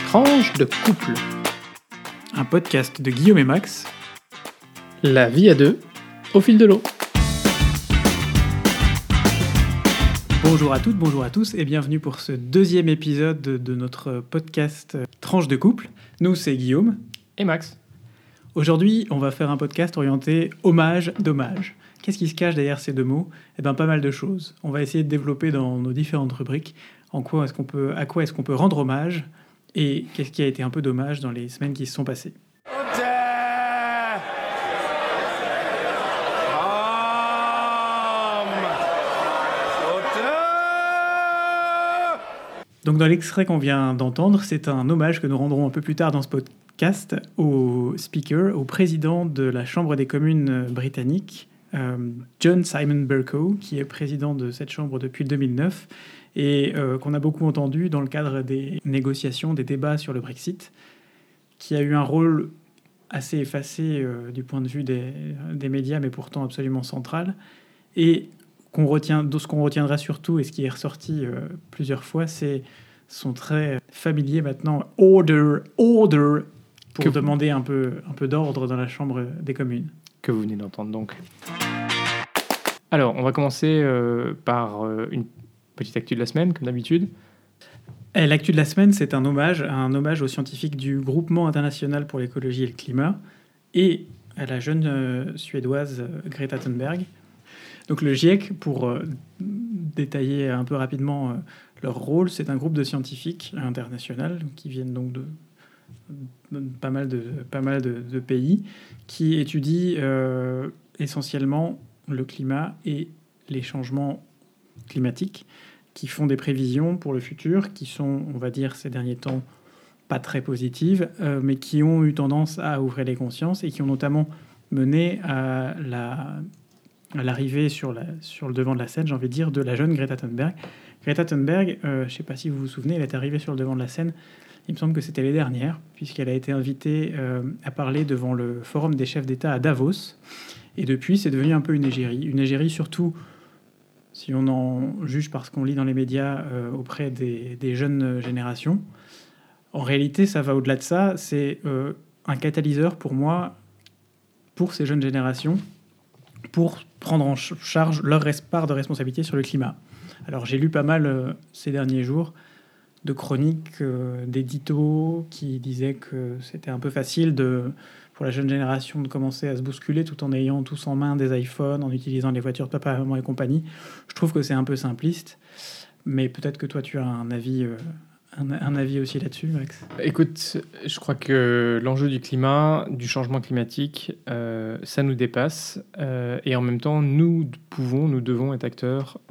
Tranche de couple, un podcast de Guillaume et Max. La vie à deux, au fil de l'eau. Bonjour à toutes, bonjour à tous et bienvenue pour ce deuxième épisode de notre podcast Tranche de couple. Nous, c'est Guillaume Et Max. Aujourd'hui, on va faire un podcast orienté hommage, dommage. Qu'est-ce qui se cache derrière ces deux mots ? Eh bien, pas mal de choses. On va essayer de développer dans nos différentes rubriques à quoi est-ce qu'on peut rendre hommage et qu'est-ce qui a été un peu dommage dans les semaines qui se sont passées. Donc dans l'extrait qu'on vient d'entendre, c'est un hommage que nous rendrons un peu plus tard dans ce podcast au speaker, au président de la Chambre des communes britannique, John Simon Bercow, qui est président de cette chambre depuis 2009 et qu'on a beaucoup entendu dans le cadre des négociations, des débats sur le Brexit, qui a eu un rôle assez effacé du point de vue des médias, mais pourtant absolument central. Et ce qu'on retiendra surtout, et ce qui est ressorti plusieurs fois, c'est son trait familier maintenant, order, pour demander un peu d'ordre dans la Chambre des communes. Que vous venez d'entendre donc. Alors, on va commencer par une petite actu de la semaine, comme d'habitude. L'actu de la semaine, c'est un hommage aux scientifiques du Groupement international pour l'écologie et le climat et à la jeune suédoise Greta Thunberg. Donc le GIEC, pour détailler un peu rapidement leur rôle, c'est un groupe de scientifiques international qui viennent donc de pas mal de pays qui étudient essentiellement le climat et les changements climatiques, qui font des prévisions pour le futur, qui sont, on va dire, ces derniers temps, pas très positives, mais qui ont eu tendance à ouvrir les consciences et qui ont notamment mené à l'arrivée sur le devant de la scène, j'ai envie de dire, de la jeune Greta Thunberg. Greta Thunberg, je ne sais pas si vous vous souvenez, elle est arrivée sur le devant de la scène, il me semble que c'était l'année dernière, puisqu'elle a été invitée à parler devant le Forum des chefs d'État à Davos. Et depuis, c'est devenu un peu une égérie surtout, si on en juge par ce qu'on lit dans les médias, auprès des jeunes générations. En réalité, ça va au-delà de ça. C'est un catalyseur pour moi, pour ces jeunes générations, pour prendre en charge leur part de responsabilité sur le climat. Alors j'ai lu pas mal ces derniers jours de chroniques, d'éditos qui disaient que c'était un peu facile pour la jeune génération de commencer à se bousculer tout en ayant tous en main des iPhones, en utilisant les voitures de papa, maman et compagnie. Je trouve que c'est un peu simpliste, mais peut-être que toi tu as un avis aussi là-dessus, Max. Écoute, je crois que l'enjeu du climat, du changement climatique, ça nous dépasse. Et en même temps, nous devons être acteurs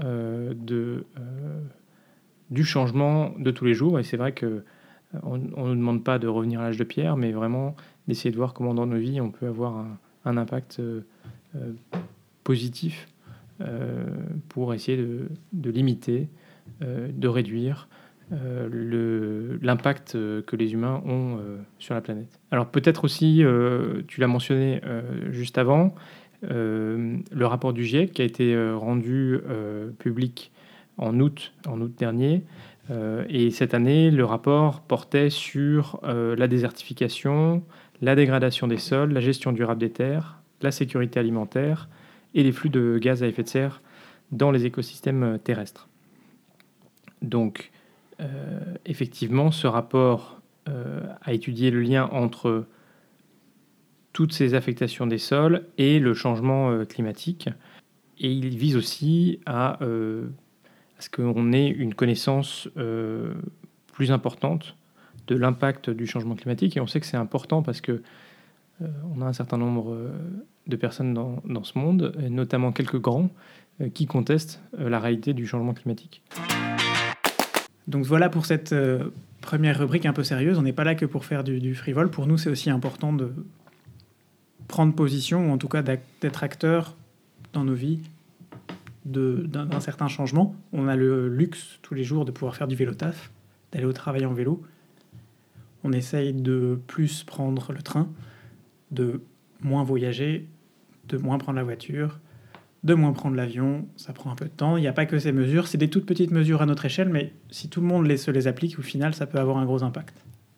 du changement de tous les jours. Et c'est vrai qu'on ne nous demande pas de revenir à l'âge de pierre, mais vraiment d'essayer de voir comment dans nos vies on peut avoir un impact positif pour essayer de limiter, de réduire l'impact que les humains ont sur la planète. Alors peut-être aussi, tu l'as mentionné juste avant, le rapport du GIEC qui a été rendu public en août dernier. Et cette année, le rapport portait sur la désertification, la dégradation des sols, la gestion durable des terres, la sécurité alimentaire et les flux de gaz à effet de serre dans les écosystèmes terrestres. Donc, effectivement, ce rapport a étudié le lien entre toutes ces affectations des sols et le changement climatique. Et il vise aussi à ce qu'on ait une connaissance plus importante de l'impact du changement climatique. Et on sait que c'est important parce que on a un certain nombre de personnes dans ce monde, et notamment quelques grands, qui contestent la réalité du changement climatique. Donc voilà pour cette première rubrique un peu sérieuse. On n'est pas là que pour faire du frivole. Pour nous, c'est aussi important de prendre position, ou en tout cas d'être acteur dans nos vies d'un certain changement. On a le luxe tous les jours de pouvoir faire du vélo taf, d'aller au travail en vélo. On essaye de plus prendre le train, de moins voyager, de moins prendre la voiture, de moins prendre l'avion. Ça prend un peu de temps. Il n'y a pas que ces mesures. C'est des toutes petites mesures à notre échelle, mais si tout le monde se les applique, au final, ça peut avoir un gros impact.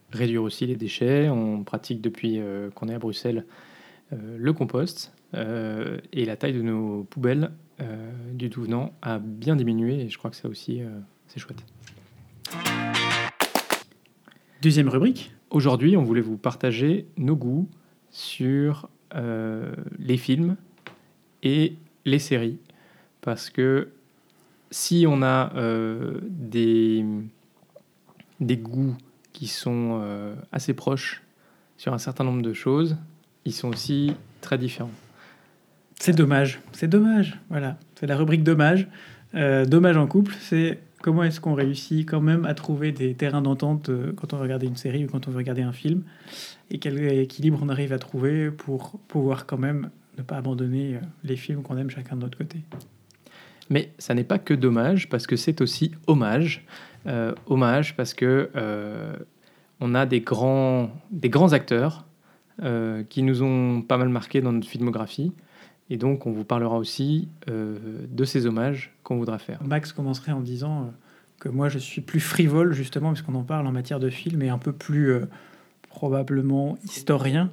réduire aussi les déchets. On pratique depuis qu'on est à Bruxelles le compost. Et la taille de nos poubelles du tout venant a bien diminué. Et je crois que ça aussi, c'est chouette. Deuxième rubrique. Aujourd'hui, on voulait vous partager nos goûts sur les films et les séries. Parce que si on a des goûts qui sont assez proches sur un certain nombre de choses, ils sont aussi très différents. C'est dommage. Voilà, c'est la rubrique dommage. Dommage en couple, c'est comment est-ce qu'on réussit quand même à trouver des terrains d'entente quand on veut regarder une série ou quand on veut regarder un film, et quel équilibre on arrive à trouver pour pouvoir quand même ne pas abandonner les films qu'on aime chacun de notre côté. Mais ça n'est pas que dommage, parce que c'est aussi hommage. Hommage parce que on a des grands acteurs qui nous ont pas mal marqués dans notre filmographie. Et donc, on vous parlera aussi de ces hommages qu'on voudra faire. Max commencerait en disant que moi, je suis plus frivole, justement, puisqu'on en parle en matière de film, et un peu plus probablement historien,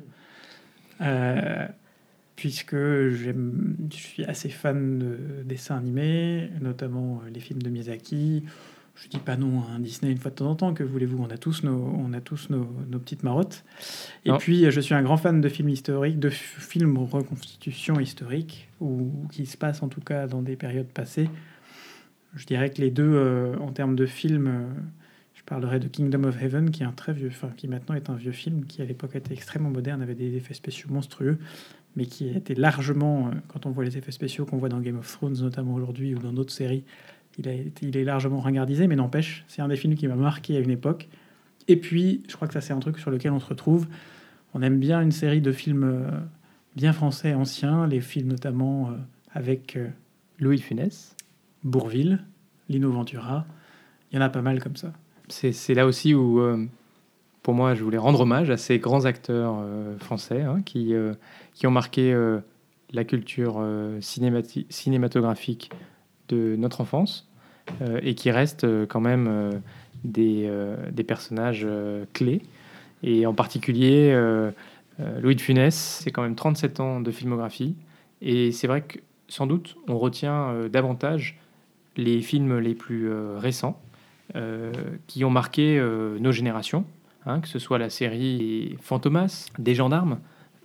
puisque je suis assez fan de dessins animés, notamment les films de Miyazaki. Je dis pas non à un Disney une fois de temps en temps, que voulez-vous, on a tous nos petites marottes. Et Non. puis, je suis un grand fan de films historiques, de films reconstitution historique, ou qui se passent en tout cas dans des périodes passées. Je dirais que les deux, en termes de films, je parlerai de Kingdom of Heaven, qui est un très vieux, enfin qui maintenant est un vieux film, qui à l'époque était extrêmement moderne, avait des effets spéciaux monstrueux, mais qui était largement, quand on voit les effets spéciaux qu'on voit dans Game of Thrones notamment aujourd'hui, ou dans d'autres séries, il est largement ringardisé, mais n'empêche, c'est un des films qui m'a marqué à une époque. Et puis, je crois que ça, c'est un truc sur lequel on se retrouve. On aime bien une série de films bien français anciens, les films notamment avec Louis de Funès. Bourvil, Lino Ventura. Il y en a pas mal comme ça. C'est là aussi où, pour moi, je voulais rendre hommage à ces grands acteurs français qui ont marqué la culture cinématographique de notre enfance et qui restent quand même des personnages clés. Et en particulier, Louis de Funès, c'est quand même 37 ans de filmographie. Et c'est vrai que, sans doute, on retient davantage les films les plus récents qui ont marqué nos générations, que ce soit la série Fantomas, des gendarmes,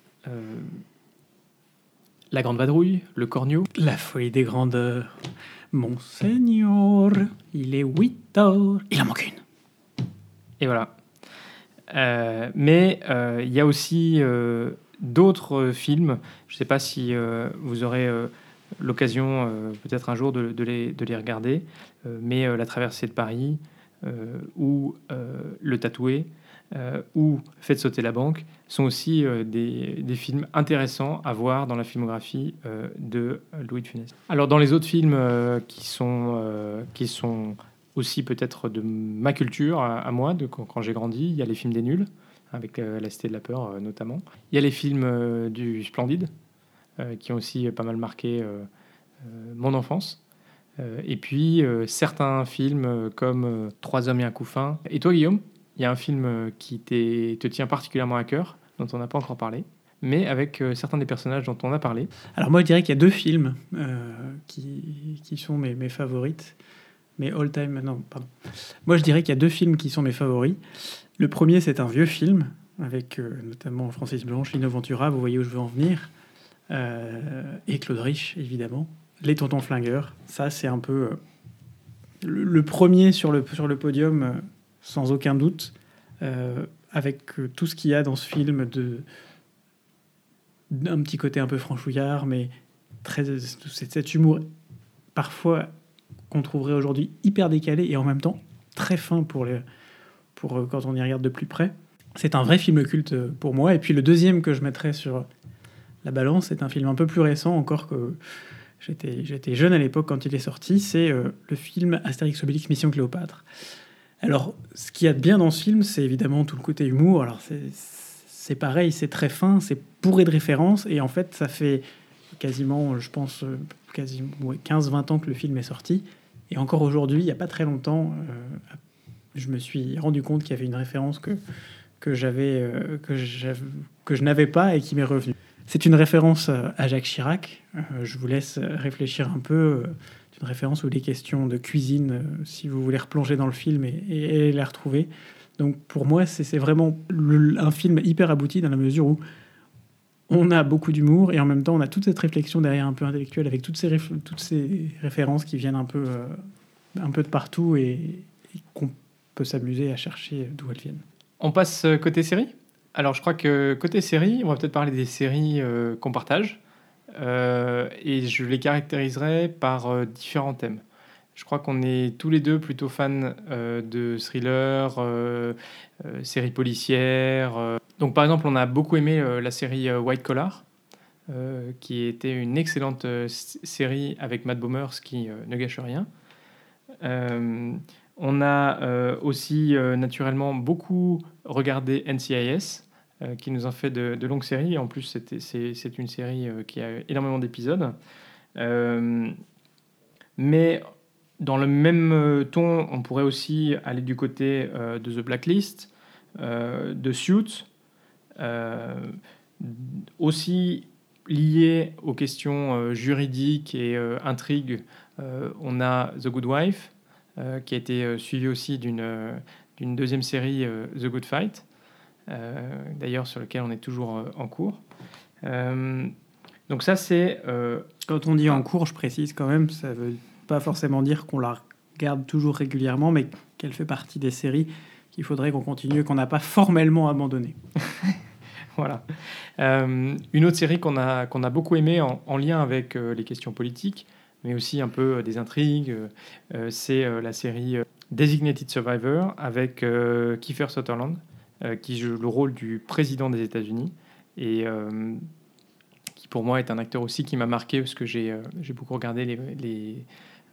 La Grande Vadrouille, Le Cornio. La folie des grandeurs. Monseigneur, il est 8 heures. Il en manque une. Et voilà. Mais il y a aussi d'autres films. Je ne sais pas si vous aurez l'occasion, peut-être un jour, de les regarder. Mais La Traversée de Paris, ou Le Tatoué, ou Faites sauter la banque, sont aussi des films intéressants à voir dans la filmographie de Louis de Funès. Alors, dans les autres films qui sont aussi peut-être de ma culture à moi, quand j'ai grandi, il y a les films des nuls, avec La Cité de la Peur notamment. Il y a les films du Splendide, qui ont aussi pas mal marqué mon enfance. Et puis certains films comme Trois hommes et un couffin. Et toi, Guillaume, il y a un film qui te tient particulièrement à cœur, dont on n'a pas encore parlé, mais avec certains des personnages dont on a parlé. Alors moi, je dirais qu'il y a deux films qui sont mes favorites. Mais all-time, non, pardon. Moi, je dirais qu'il y a deux films qui sont mes favoris. Le premier, c'est un vieux film, avec notamment Francis Blanche, Lino Ventura, vous voyez où je veux en venir, et Claude Rich, évidemment. Les Tontons Flingueurs, ça, c'est un peu le premier sur le podium, sans aucun doute, avec tout ce qu'il y a dans ce film, d'un petit côté un peu franchouillard, mais cet humour, parfois qu'on trouverait aujourd'hui hyper décalé et en même temps très fin pour quand on y regarde de plus près. C'est un vrai film culte pour moi. Et puis le deuxième que je mettrais sur la balance, c'est un film un peu plus récent, encore que j'étais jeune à l'époque quand il est sorti, c'est le film Astérix Obélix Mission Cléopâtre. Alors, ce qu'il y a de bien dans ce film, c'est évidemment tout le côté humour. Alors c'est pareil, c'est très fin, c'est bourré de références, et en fait ça fait quasiment, je pense, 15-20 ans que le film est sorti. Et encore aujourd'hui, il n'y a pas très longtemps, je me suis rendu compte qu'il y avait une référence que que je n'avais pas et qui m'est revenu. C'est une référence à Jacques Chirac. Je vous laisse réfléchir un peu. C'est une référence où il est question de cuisine, si vous voulez replonger dans le film et la retrouver. Donc pour moi, c'est vraiment un film hyper abouti dans la mesure où on a beaucoup d'humour et en même temps on a toute cette réflexion derrière un peu intellectuelle avec toutes ces références qui viennent un peu de partout et qu'on peut s'amuser à chercher d'où elles viennent. On passe côté série. Alors je crois que côté série, on va peut-être parler des séries qu'on partage et je les caractériserai par différents thèmes. Je crois qu'on est tous les deux plutôt fans de thrillers, séries policières. Donc par exemple, on a beaucoup aimé la série White Collar, qui était une excellente série avec Matt Bomer's qui ne gâche rien. On a aussi naturellement beaucoup regardé NCIS, qui nous a fait de longues séries. En plus, c'est une série qui a énormément d'épisodes. Mais dans le même ton, on pourrait aussi aller du côté de The Blacklist, de Suits, aussi lié aux questions juridiques et intrigues. On a The Good Wife, qui a été suivi aussi d'une deuxième série, The Good Fight, d'ailleurs sur lequel on est toujours en cours. Donc ça, c'est... Quand on dit en cours, je précise quand même, ça veut pas forcément dire qu'on la regarde toujours régulièrement, mais qu'elle fait partie des séries qu'il faudrait qu'on continue et qu'on n'a pas formellement abandonné. Voilà. Une autre série qu'on a beaucoup aimée en lien avec les questions politiques, mais aussi un peu des intrigues, c'est la série Designated Survivor avec Kiefer Sutherland, qui joue le rôle du président des États-Unis et qui pour moi est un acteur aussi qui m'a marqué parce que j'ai beaucoup regardé les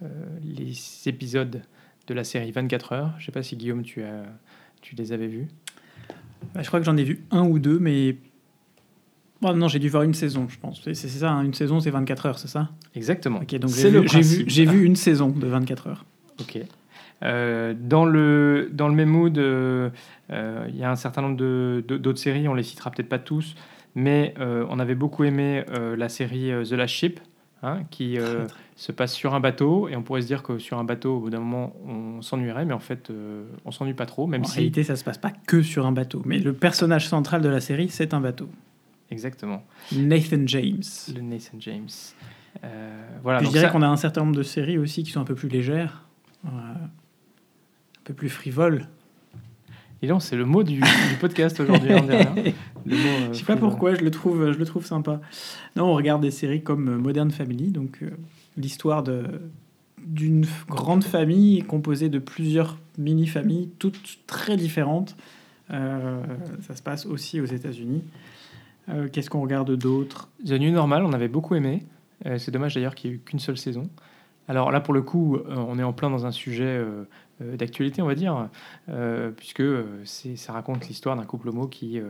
épisodes de la série 24 heures. Je ne sais pas si Guillaume, tu les avais vus. Je crois que j'en ai vu un ou deux, mais... Oh, non, j'ai dû voir une saison, je pense. C'est ça, hein, une saison, c'est 24 heures, c'est ça ? Exactement. Okay, donc c'est le principe. J'ai vu une saison de 24 heures. Ok. Dans le même mood, il y a un certain nombre d'autres séries, on les citera peut-être pas tous, mais on avait beaucoup aimé la série The Last Ship, qui se passe sur un bateau, et on pourrait se dire que sur un bateau, au bout d'un moment, on s'ennuierait, mais en fait, on s'ennuie pas trop. En réalité, ça se passe pas que sur un bateau, mais le personnage central de la série, c'est un bateau. Exactement. Nathan James. Le Nathan James. Voilà. Je dirais qu'on a un certain nombre de séries aussi qui sont un peu plus légères, un peu plus frivoles. Et donc, c'est le mot du podcast aujourd'hui. Je sais pas pourquoi, je le trouve sympa. Non, on regarde des séries comme Modern Family, donc l'histoire d'une grande famille composée de plusieurs mini-familles, toutes très différentes. Ça se passe aussi aux États-Unis. Qu'est-ce qu'on regarde d'autre ? The New Normal, on avait beaucoup aimé. C'est dommage d'ailleurs qu'il n'y ait eu qu'une seule saison. Alors là, pour le coup, on est en plein dans un sujet d'actualité, on va dire, puisque ça raconte l'histoire d'un couple homo qui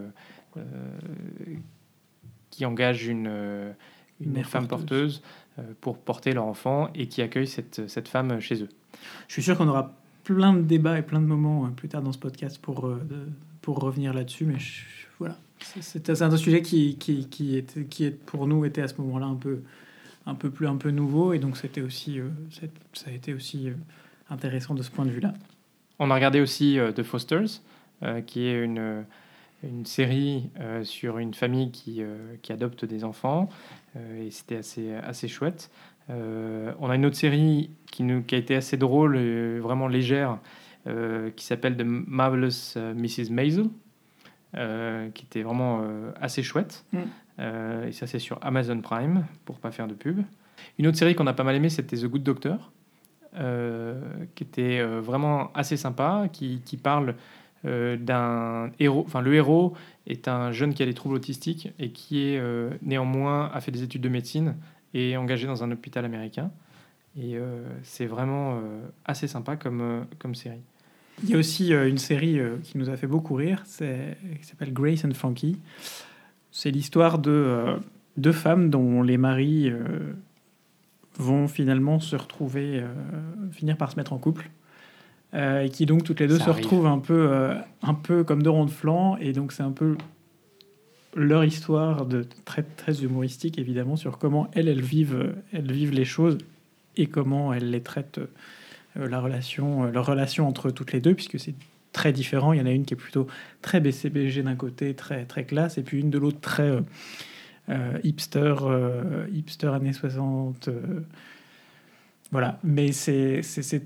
engage une femme porteuse pour porter leur enfant et qui accueille cette femme chez eux. Je suis sûr qu'on aura plein de débats et plein de moments plus tard dans ce podcast pour revenir là-dessus, mais voilà. C'est un sujet qui pour nous était à ce moment-là un peu nouveau, et donc c'était aussi ça a été aussi intéressant de ce point de vue-là. On a regardé aussi The Fosters, qui est une série sur une famille qui adopte des enfants, et c'était assez chouette. On a une autre série qui a été assez drôle, vraiment légère, qui s'appelle The Marvelous Mrs. Maisel, qui était vraiment assez chouette. Et ça, c'est sur Amazon Prime, pour pas faire de pub. Une autre série qu'on a pas mal aimée, c'était The Good Doctor, qui était vraiment assez sympa, qui parle d'un héros. Enfin, le héros est un jeune qui a des troubles autistiques et qui néanmoins a fait des études de médecine et est engagé dans un hôpital américain. Et c'est vraiment assez sympa comme série. Il y a aussi une série qui nous a fait beaucoup rire, qui s'appelle Grace and Frankie. C'est l'histoire de deux femmes dont les maris vont finalement se retrouver, finir par se mettre en couple. et qui donc toutes les deux Ça se arrive. retrouvent un peu comme deux ronds de flanc, et donc c'est un peu leur histoire très, très humoristique, évidemment, sur comment elles vivent les choses et comment elles les traitent, leur relation entre toutes les deux, puisque c'est très différent. Il y en a une qui est plutôt très BCBG d'un côté, très, très classe, et puis une de l'autre très hipster années 60. Voilà. Mais c'est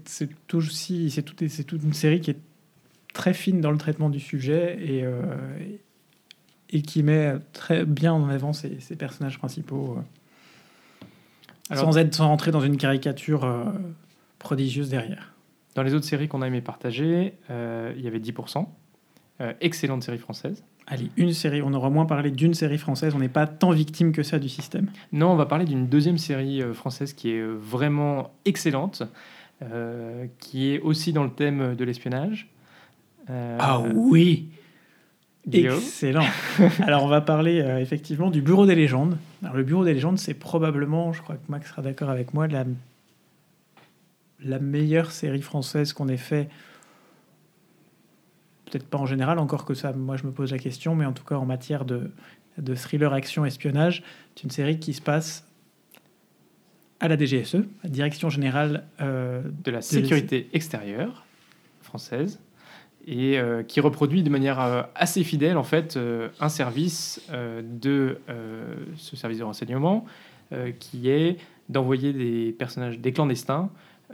toute une série qui est très fine dans le traitement du sujet et qui met très bien en avant ses personnages principaux, Alors, sans rentrer dans une caricature prodigieuse derrière. dans les autres séries qu'on a aimé partager, il y avait 10%. Excellente série française. Allez, une série, on aura moins parlé d'une série française, on n'est pas tant victime que ça du système. Non, on va parler d'une deuxième série française qui est vraiment excellente, qui est aussi dans le thème de l'espionnage. Ah oui, Guillaume. excellent. Alors on va parler effectivement du Bureau des légendes. Alors le Bureau des légendes, c'est probablement, je crois que Max sera d'accord avec moi, la meilleure série française qu'on ait fait. Peut-être pas en général, encore que ça, moi je me pose la question, mais en tout cas en matière de thriller, action, espionnage, c'est une série qui se passe à la DGSE, la Direction Générale de la Sécurité Extérieure française, et qui reproduit de manière assez fidèle en fait un service de ce service de renseignement qui est d'envoyer des personnages, des clandestins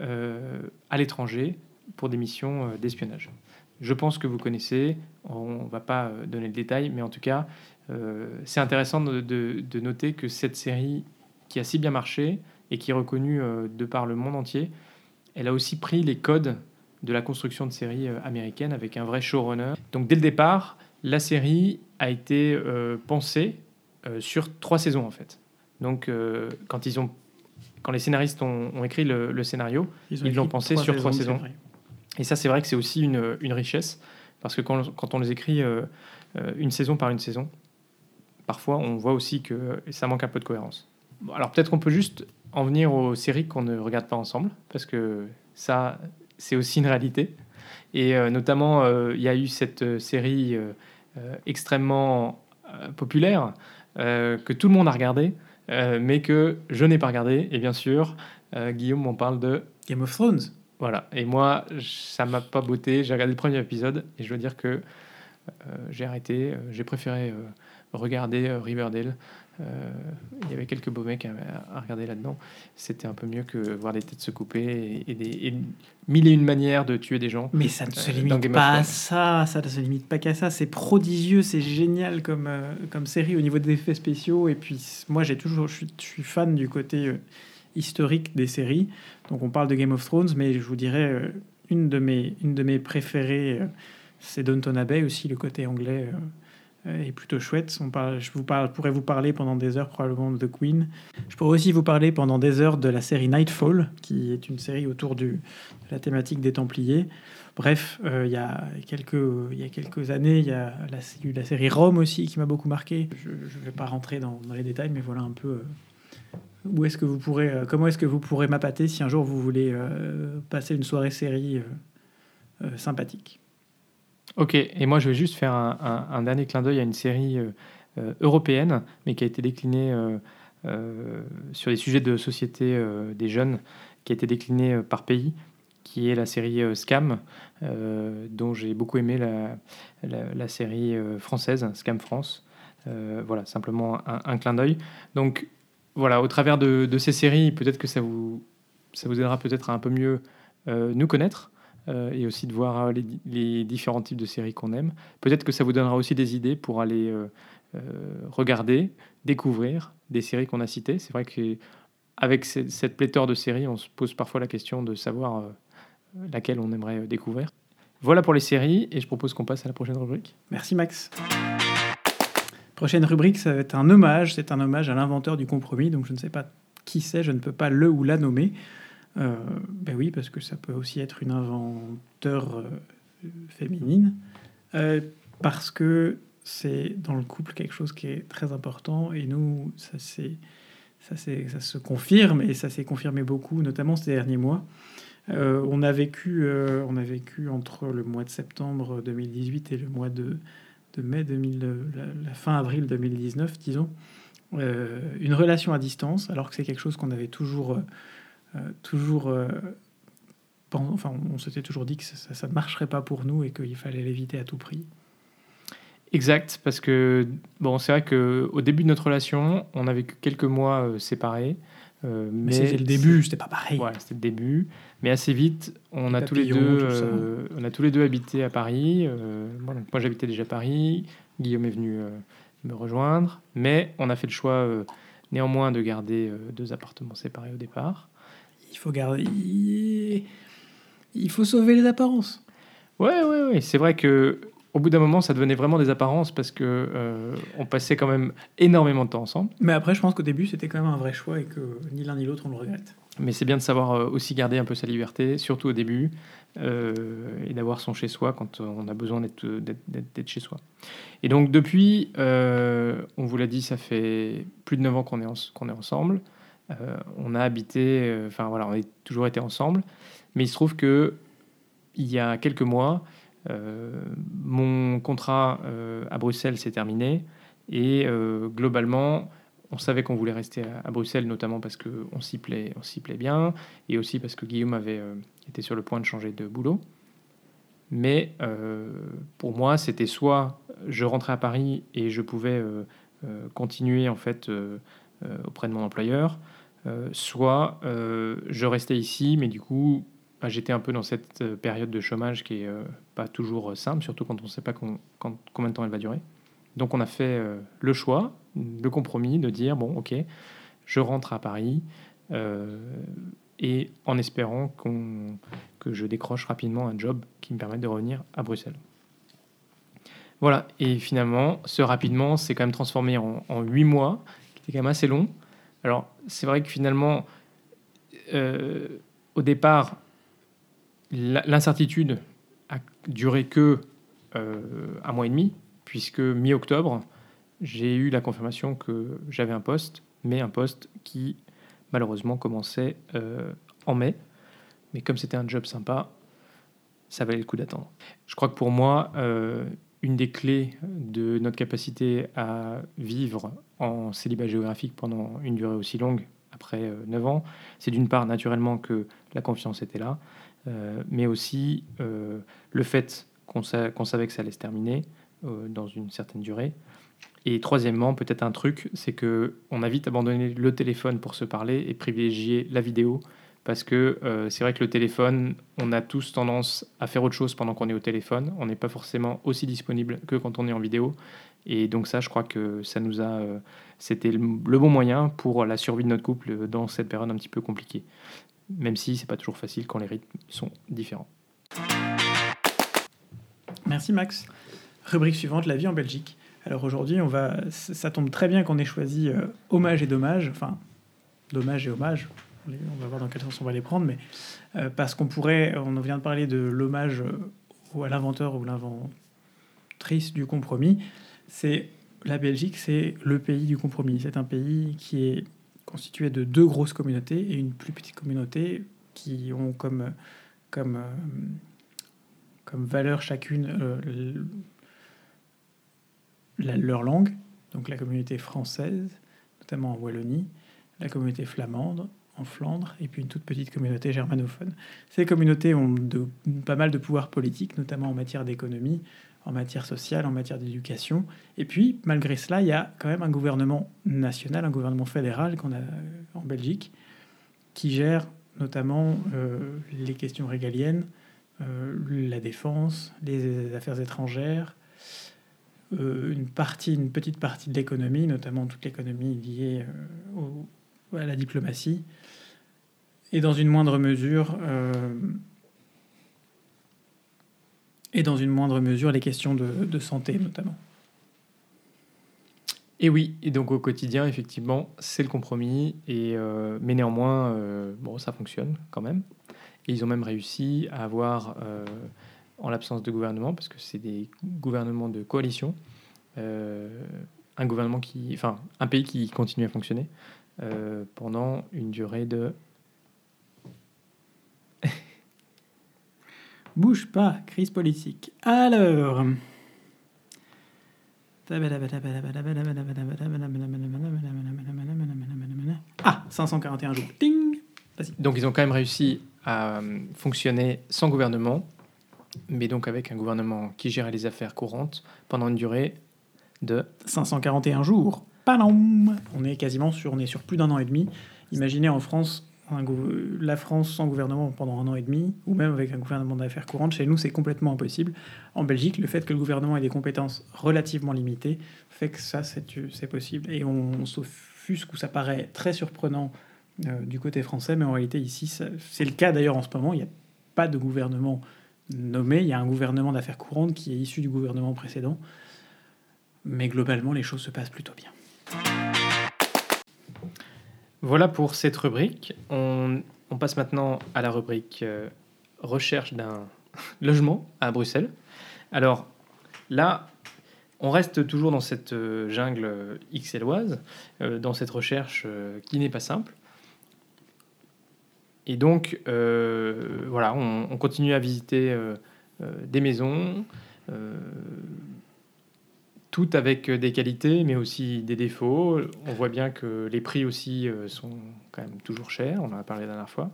à l'étranger pour des missions d'espionnage. Je pense que vous connaissez, on ne va pas donner le détail, mais en tout cas, c'est intéressant de noter que cette série qui a si bien marché et qui est reconnue de par le monde entier, elle a aussi pris les codes de la construction de séries américaines avec un vrai showrunner. Donc dès le départ, la série a été pensée sur 3 saisons en fait. Donc quand les scénaristes ont écrit le scénario, ils l'ont pensé sur 3 saisons. Et ça, c'est vrai que c'est aussi une richesse, parce que quand on les écrit une saison par une saison, parfois on voit aussi que ça manque un peu de cohérence. Bon, alors peut-être qu'on peut juste en venir aux séries qu'on ne regarde pas ensemble, parce que ça, c'est aussi une réalité. Et notamment, il y a eu cette série extrêmement populaire que tout le monde a regardée, mais que je n'ai pas regardée. Et bien sûr, Guillaume m'en parle de Game of Thrones. Voilà, et moi, ça m'a pas botté. J'ai regardé le premier épisode et je dois dire que j'ai arrêté. J'ai préféré regarder Riverdale. Il y avait quelques beaux mecs à regarder là-dedans. C'était un peu mieux que voir des têtes se couper et mille et une manières de tuer des gens. Mais ça ne se limite pas à ça. Ça ne se limite pas qu'à ça. C'est prodigieux, c'est génial comme série au niveau des effets spéciaux. Et puis moi, je suis fan du côté historique des séries. Donc on parle de Game of Thrones, mais je vous dirais une de mes préférées, c'est Downton Abbey aussi. Le côté anglais est plutôt chouette. Pourrais vous parler pendant des heures probablement de The Queen. Je pourrais aussi vous parler pendant des heures de la série Nightfall, qui est une série autour de la thématique des Templiers. Bref, il y a quelques années, il y a la série Rome aussi qui m'a beaucoup marqué. Je ne vais pas rentrer dans les détails, mais voilà un peu comment est-ce que vous pourrez m'appâter si un jour vous voulez passer une soirée série sympathique. Ok, et moi je vais juste faire un dernier clin d'œil à une série européenne, mais qui a été déclinée sur des sujets de société des jeunes, qui a été déclinée par pays, qui est la série Scam, dont j'ai beaucoup aimé la série française, Scam France. Voilà, simplement un clin d'œil. Donc voilà, au travers de ces séries, peut-être que ça vous aidera peut-être à un peu mieux nous connaître, et aussi de voir les différents types de séries qu'on aime. Peut-être que ça vous donnera aussi des idées pour aller regarder, découvrir des séries qu'on a citées. C'est vrai qu'avec cette pléthore de séries, on se pose parfois la question de savoir laquelle on aimerait découvrir. Voilà pour les séries, et je propose qu'on passe à la prochaine rubrique. Merci Max. Prochaine rubrique, ça va être un hommage. C'est un hommage à l'inventeur du compromis. Donc je ne sais pas qui c'est, je ne peux pas le ou la nommer. Ben oui, parce que ça peut aussi être une inventeur féminine. Parce que c'est dans le couple quelque chose qui est très important. Et nous, ça se confirme. Et ça s'est confirmé beaucoup, notamment ces derniers mois. On a vécu entre le mois de septembre 2018 et le mois de mai 2000, la fin avril 2019, disons, une relation à distance, alors que c'est quelque chose qu'on avait toujours, enfin, on s'était toujours dit que ça ne marcherait pas pour nous et qu'il fallait l'éviter à tout prix. Exact, parce que bon, c'est vrai qu'au début de notre relation, on a vécu quelques mois séparés. Mais c'était le début, c'était pas pareil. Voilà, c'était le début. Mais assez vite, on a tous les deux habité à Paris. Moi, j'habitais déjà à Paris. Guillaume est venu me rejoindre. Mais on a fait le choix, néanmoins, de garder 2 appartements séparés au départ. Il faut sauver les apparences. Ouais. C'est vrai que au bout d'un moment, ça devenait vraiment des apparences parce que on passait quand même énormément de temps ensemble. Mais après, je pense qu'au début, c'était quand même un vrai choix et que ni l'un ni l'autre, on le regrette. Mais c'est bien de savoir aussi garder un peu sa liberté, surtout au début, et d'avoir son chez-soi quand on a besoin d'être chez soi. Et donc depuis, on vous l'a dit, ça fait plus de 9 ans qu'on est ensemble. On a habité, on a toujours été ensemble. Mais il se trouve que il y a quelques mois, mon contrat à Bruxelles s'est terminé et globalement, on savait qu'on voulait rester à Bruxelles, notamment parce qu'on s'y plaît bien et aussi parce que Guillaume avait été sur le point de changer de boulot. Mais pour moi, c'était soit je rentrais à Paris et je pouvais continuer en fait auprès de mon employeur, soit je restais ici, mais du coup, j'étais un peu dans cette période de chômage qui est pas toujours simple, surtout quand on ne sait pas combien de temps elle va durer. Donc on a fait le choix, le compromis de dire, bon, ok, je rentre à Paris et en espérant que je décroche rapidement un job qui me permette de revenir à Bruxelles. Voilà, et finalement, ce rapidement s'est quand même transformé en 8 mois, qui était quand même assez long. Alors, c'est vrai que finalement, au départ, l'incertitude a duré que 1 mois et demi, puisque mi-octobre, j'ai eu la confirmation que j'avais un poste, mais un poste qui malheureusement commençait en mai. Mais comme c'était un job sympa, ça valait le coup d'attendre. Je crois que pour moi, une des clés de notre capacité à vivre en célibat géographique pendant une durée aussi longue, après 9 ans, c'est d'une part naturellement que la confiance était là, mais aussi le fait qu'on savait que ça allait se terminer dans une certaine durée. Et troisièmement, peut-être un truc, c'est qu'on a vite abandonné le téléphone pour se parler et privilégié la vidéo, parce que c'est vrai que le téléphone, on a tous tendance à faire autre chose pendant qu'on est au téléphone. On n'est pas forcément aussi disponible que quand on est en vidéo. Et donc ça, je crois que ça nous a... c'était le bon moyen pour la survie de notre couple dans cette période un petit peu compliquée. Même si c'est pas toujours facile quand les rythmes sont différents. Merci Max. Rubrique suivante, la vie en Belgique. Alors aujourd'hui, ça tombe très bien qu'on ait choisi hommage et dommage, enfin dommage et hommage, on va voir dans quel sens on va les prendre, mais parce on vient de parler de l'hommage à l'inventeur ou l'inventrice du compromis. La Belgique, c'est le pays du compromis. C'est un pays qui est constitué de 2 grosses communautés et une plus petite communauté qui ont comme valeur chacune leur langue, donc la communauté française, notamment en Wallonie, la communauté flamande en Flandre, et puis une toute petite communauté germanophone. Ces communautés ont pas mal de pouvoir politique, notamment en matière d'économie, en matière sociale, en matière d'éducation. Et puis, malgré cela, il y a quand même un gouvernement national, un gouvernement fédéral qu'on a en Belgique, qui gère notamment les questions régaliennes, la défense, les affaires étrangères, une petite partie de l'économie, notamment toute l'économie liée à la diplomatie, et dans une moindre mesure, les questions de santé, notamment. Et oui, et donc au quotidien, effectivement, c'est le compromis, mais néanmoins, ça fonctionne quand même. Et ils ont même réussi à avoir, en l'absence de gouvernement, parce que c'est des gouvernements de coalition, un pays qui continue à fonctionner pendant une durée de Bouge pas, crise politique. Alors... Ah, 541 jours. Ding. Vas-y. Donc ils ont quand même réussi à fonctionner sans gouvernement, mais donc avec un gouvernement qui gérait les affaires courantes pendant une durée de 541 jours. Padam. On est sur plus d'un an et demi. Imaginez en France, la France sans gouvernement pendant un an et demi, ou même avec un gouvernement d'affaires courantes. Chez nous, c'est complètement impossible. En Belgique, le fait que le gouvernement ait des compétences relativement limitées fait que ça, c'est possible. Et on s'offusque, où ça paraît très surprenant du côté français, mais en réalité, ici, c'est le cas d'ailleurs en ce moment. Il n'y a pas de gouvernement nommé. Il y a un gouvernement d'affaires courantes qui est issu du gouvernement précédent. Mais globalement, les choses se passent plutôt bien. Voilà pour cette rubrique. On passe maintenant à la rubrique recherche d'un logement à Bruxelles. Alors là, on reste toujours dans cette jungle ixelloise, dans cette recherche qui n'est pas simple. Et donc, voilà, on continue à visiter des maisons, toutes avec des qualités, mais aussi des défauts. On voit bien que les prix aussi sont quand même toujours chers. On en a parlé la dernière fois.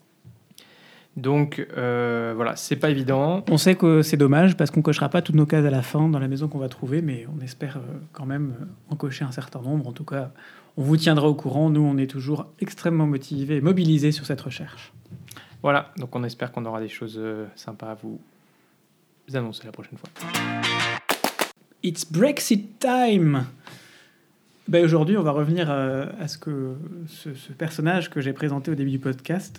Donc, voilà, c'est pas évident. On sait que c'est dommage parce qu'on cochera pas toutes nos cases à la fin dans la maison qu'on va trouver, mais on espère quand même en cocher un certain nombre. En tout cas, on vous tiendra au courant. Nous, on est toujours extrêmement motivés et mobilisés sur cette recherche. Voilà, donc on espère qu'on aura des choses sympas à vous annoncer la prochaine fois. It's Brexit time! Aujourd'hui, on va revenir à ce personnage que j'ai présenté au début du podcast,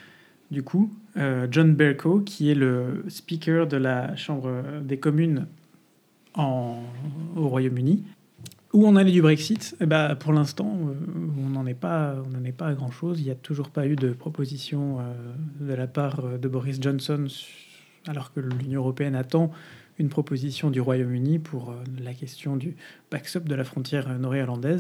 John Bercow, qui est le speaker de la Chambre des communes au Royaume-Uni. Où on allait du Brexit? Pour l'instant, on n'en est pas à grand-chose. Il n'y a toujours pas eu de proposition de la part de Boris Johnson, alors que l'Union européenne attend une proposition du Royaume-Uni pour la question du backstop de la frontière nord-irlandaise.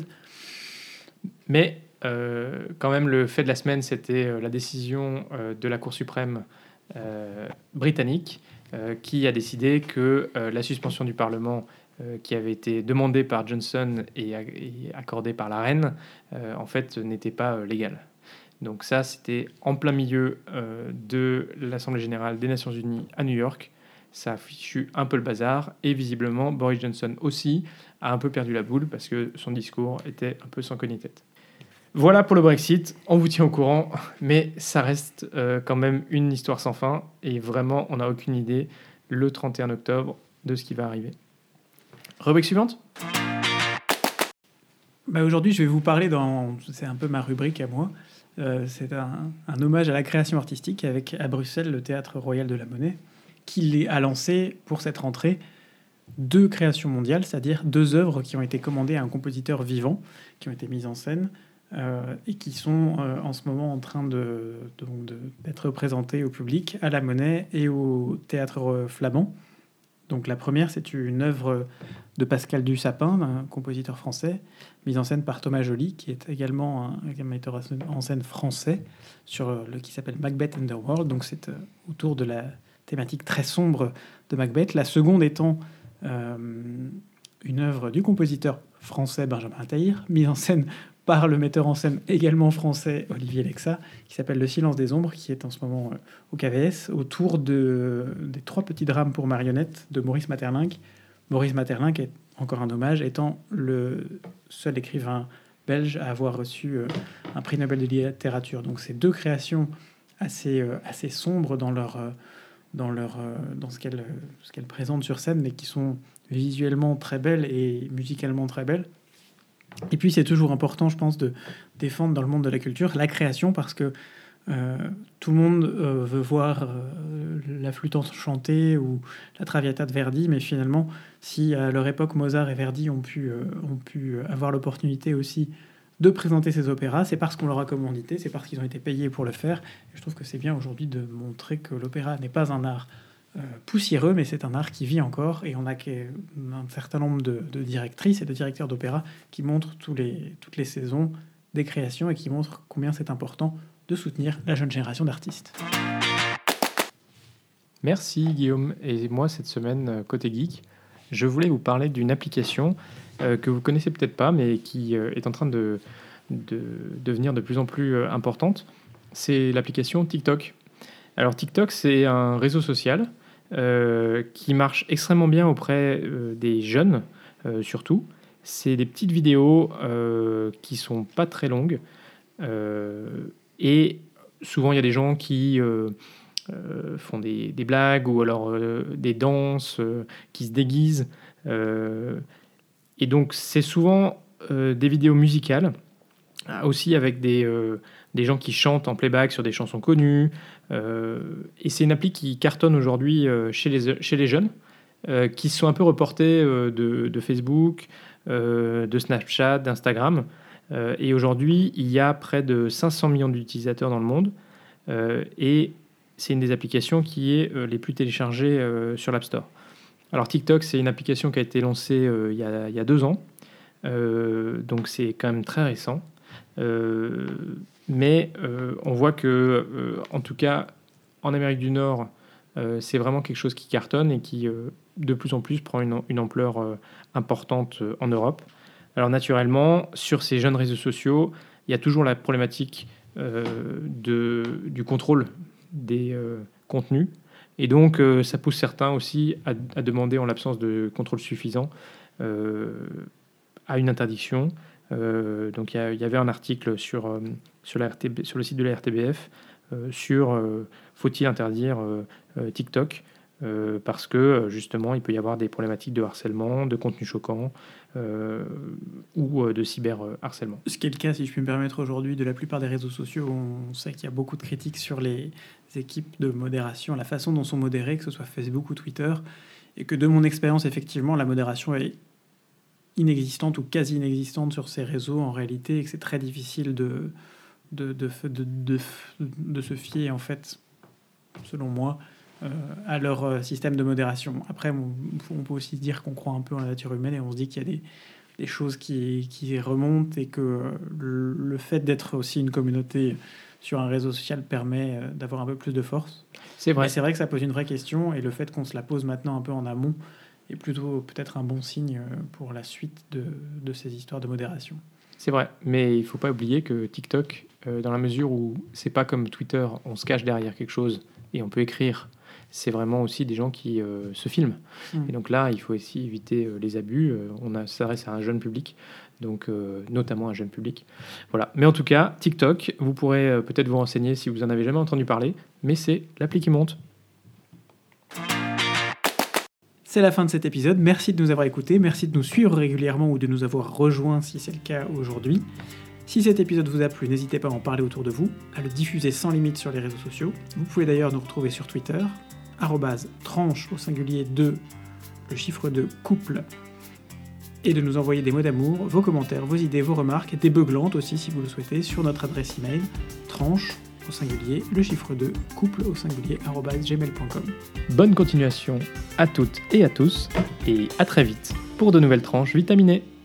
Mais quand même, le fait de la semaine, c'était la décision de la Cour suprême britannique qui a décidé que la suspension du Parlement qui avait été demandée par Johnson et accordée par la reine, en fait, n'était pas légale. Donc ça, c'était en plein milieu de l'Assemblée générale des Nations unies à New York. Ça a fichu un peu le bazar, et visiblement Boris Johnson aussi a un peu perdu la boule parce que son discours était un peu sans queue ni tête. Voilà pour le Brexit, on vous tient au courant, mais ça reste quand même une histoire sans fin, et vraiment on n'a aucune idée le 31 octobre de ce qui va arriver. Rubrique suivante. Aujourd'hui, je vais vous parler c'est un peu ma rubrique à moi. C'est un hommage à la création artistique avec à Bruxelles le Théâtre Royal de la Monnaie, qui a lancé pour cette rentrée 2 créations mondiales, c'est-à-dire 2 œuvres qui ont été commandées à un compositeur vivant, qui ont été mises en scène et qui sont en ce moment en train d'être présentées au public, à la Monnaie et au Théâtre Flamand. Donc la première, c'est une œuvre de Pascal Dussapin, un compositeur français, mise en scène par Thomas Joly, qui est également un metteur en scène français, qui s'appelle Macbeth Underworld. Donc c'est autour de la thématique très sombre de Macbeth. La seconde étant une œuvre du compositeur français Benjamin Attahir, mise en scène par le metteur en scène également français Olivier Lexa, qui s'appelle Le Silence des Ombres, qui est en ce moment au KVS, autour des 3 petits drames pour marionnettes de Maurice Maeterlinck. Maurice Maeterlinck est encore un hommage, étant le seul écrivain belge à avoir reçu un prix Nobel de littérature. Donc ces 2 créations assez sombres dans ce qu'elles présentent sur scène, mais qui sont visuellement très belles et musicalement très belles. Et puis c'est toujours important, je pense, de défendre dans le monde de la culture la création, parce que tout le monde veut voir la flûte enchantée ou la Traviata de Verdi, mais finalement, si à leur époque Mozart et Verdi ont pu avoir l'opportunité aussi de présenter ces opéras, c'est parce qu'on leur a commandité, c'est parce qu'ils ont été payés pour le faire. Et je trouve que c'est bien aujourd'hui de montrer que l'opéra n'est pas un art poussiéreux, mais c'est un art qui vit encore, et on a un certain nombre de directrices et de directeurs d'opéra qui montrent toutes les saisons des créations et qui montrent combien c'est important de soutenir la jeune génération d'artistes. Merci Guillaume. Et moi, cette semaine, côté geek, je voulais vous parler d'une application que vous connaissez peut-être pas, mais qui est en train de devenir de plus en plus importante. C'est l'application TikTok. Alors TikTok, c'est un réseau social qui marche extrêmement bien auprès des jeunes, surtout. C'est des petites vidéos qui sont pas très longues. Et souvent, il y a des gens qui font des blagues ou alors des danses, qui se déguisent. Et donc, c'est souvent des vidéos musicales, aussi avec des gens qui chantent en playback sur des chansons connues. Et c'est une appli qui cartonne aujourd'hui chez les jeunes, qui sont un peu reportés de Facebook, de Snapchat, d'Instagram. Et aujourd'hui, il y a près de 500 millions d'utilisateurs dans le monde. Et c'est une des applications qui est les plus téléchargées sur l'App Store. Alors TikTok, c'est une application qui a été lancée il y a 2 ans. Donc c'est quand même très récent. Mais on voit que, en tout cas, en Amérique du Nord, c'est vraiment quelque chose qui cartonne et qui, de plus en plus, prend une ampleur importante en Europe. Alors naturellement, sur ces jeunes réseaux sociaux, il y a toujours la problématique du contrôle des contenus. Et donc, ça pousse certains aussi à demander, en l'absence de contrôle suffisant, à une interdiction. Donc, il y avait un article sur le site de la RTBF sur faut-il interdire TikTok parce que justement il peut y avoir des problématiques de harcèlement, de contenu choquant ou de cyberharcèlement. Ce qui est le cas, si je puis me permettre, aujourd'hui de la plupart des réseaux sociaux. On sait qu'il y a beaucoup de critiques sur les équipes de modération, la façon dont sont modérées, que ce soit Facebook ou Twitter, et que de mon expérience, effectivement, la modération est inexistante ou quasi inexistante sur ces réseaux en réalité, et que c'est très difficile de se fier, en fait, selon moi, à leur système de modération. Après, on peut aussi dire qu'on croit un peu en la nature humaine et on se dit qu'il y a des choses qui remontent et que le fait d'être aussi une communauté sur un réseau social permet d'avoir un peu plus de force. C'est vrai. Mais c'est vrai que ça pose une vraie question et le fait qu'on se la pose maintenant un peu en amont est plutôt peut-être un bon signe pour la suite de ces histoires de modération. C'est vrai, mais il ne faut pas oublier que TikTok, dans la mesure où c'est pas comme Twitter, on se cache derrière quelque chose et on peut écrire, c'est vraiment aussi des gens qui se filment. Et donc là, il faut aussi éviter les abus. Ça s'adresse à un jeune public, donc notamment un jeune public. Voilà. Mais en tout cas, TikTok, vous pourrez peut-être vous renseigner si vous en avez jamais entendu parler, mais c'est l'appli qui monte. C'est la fin de cet épisode. Merci de nous avoir écoutés. Merci de nous suivre régulièrement ou de nous avoir rejoints si c'est le cas aujourd'hui. Si cet épisode vous a plu, n'hésitez pas à en parler autour de vous, à le diffuser sans limite sur les réseaux sociaux. Vous pouvez d'ailleurs nous retrouver sur Twitter, @tranche au singulier 2, le chiffre de couple, et de nous envoyer des mots d'amour, vos commentaires, vos idées, vos remarques, des beuglantes aussi si vous le souhaitez, sur notre adresse email, tranche au singulier, le chiffre 2, couple au singulier, @gmail.com. Bonne continuation à toutes et à tous, et à très vite pour de nouvelles tranches vitaminées.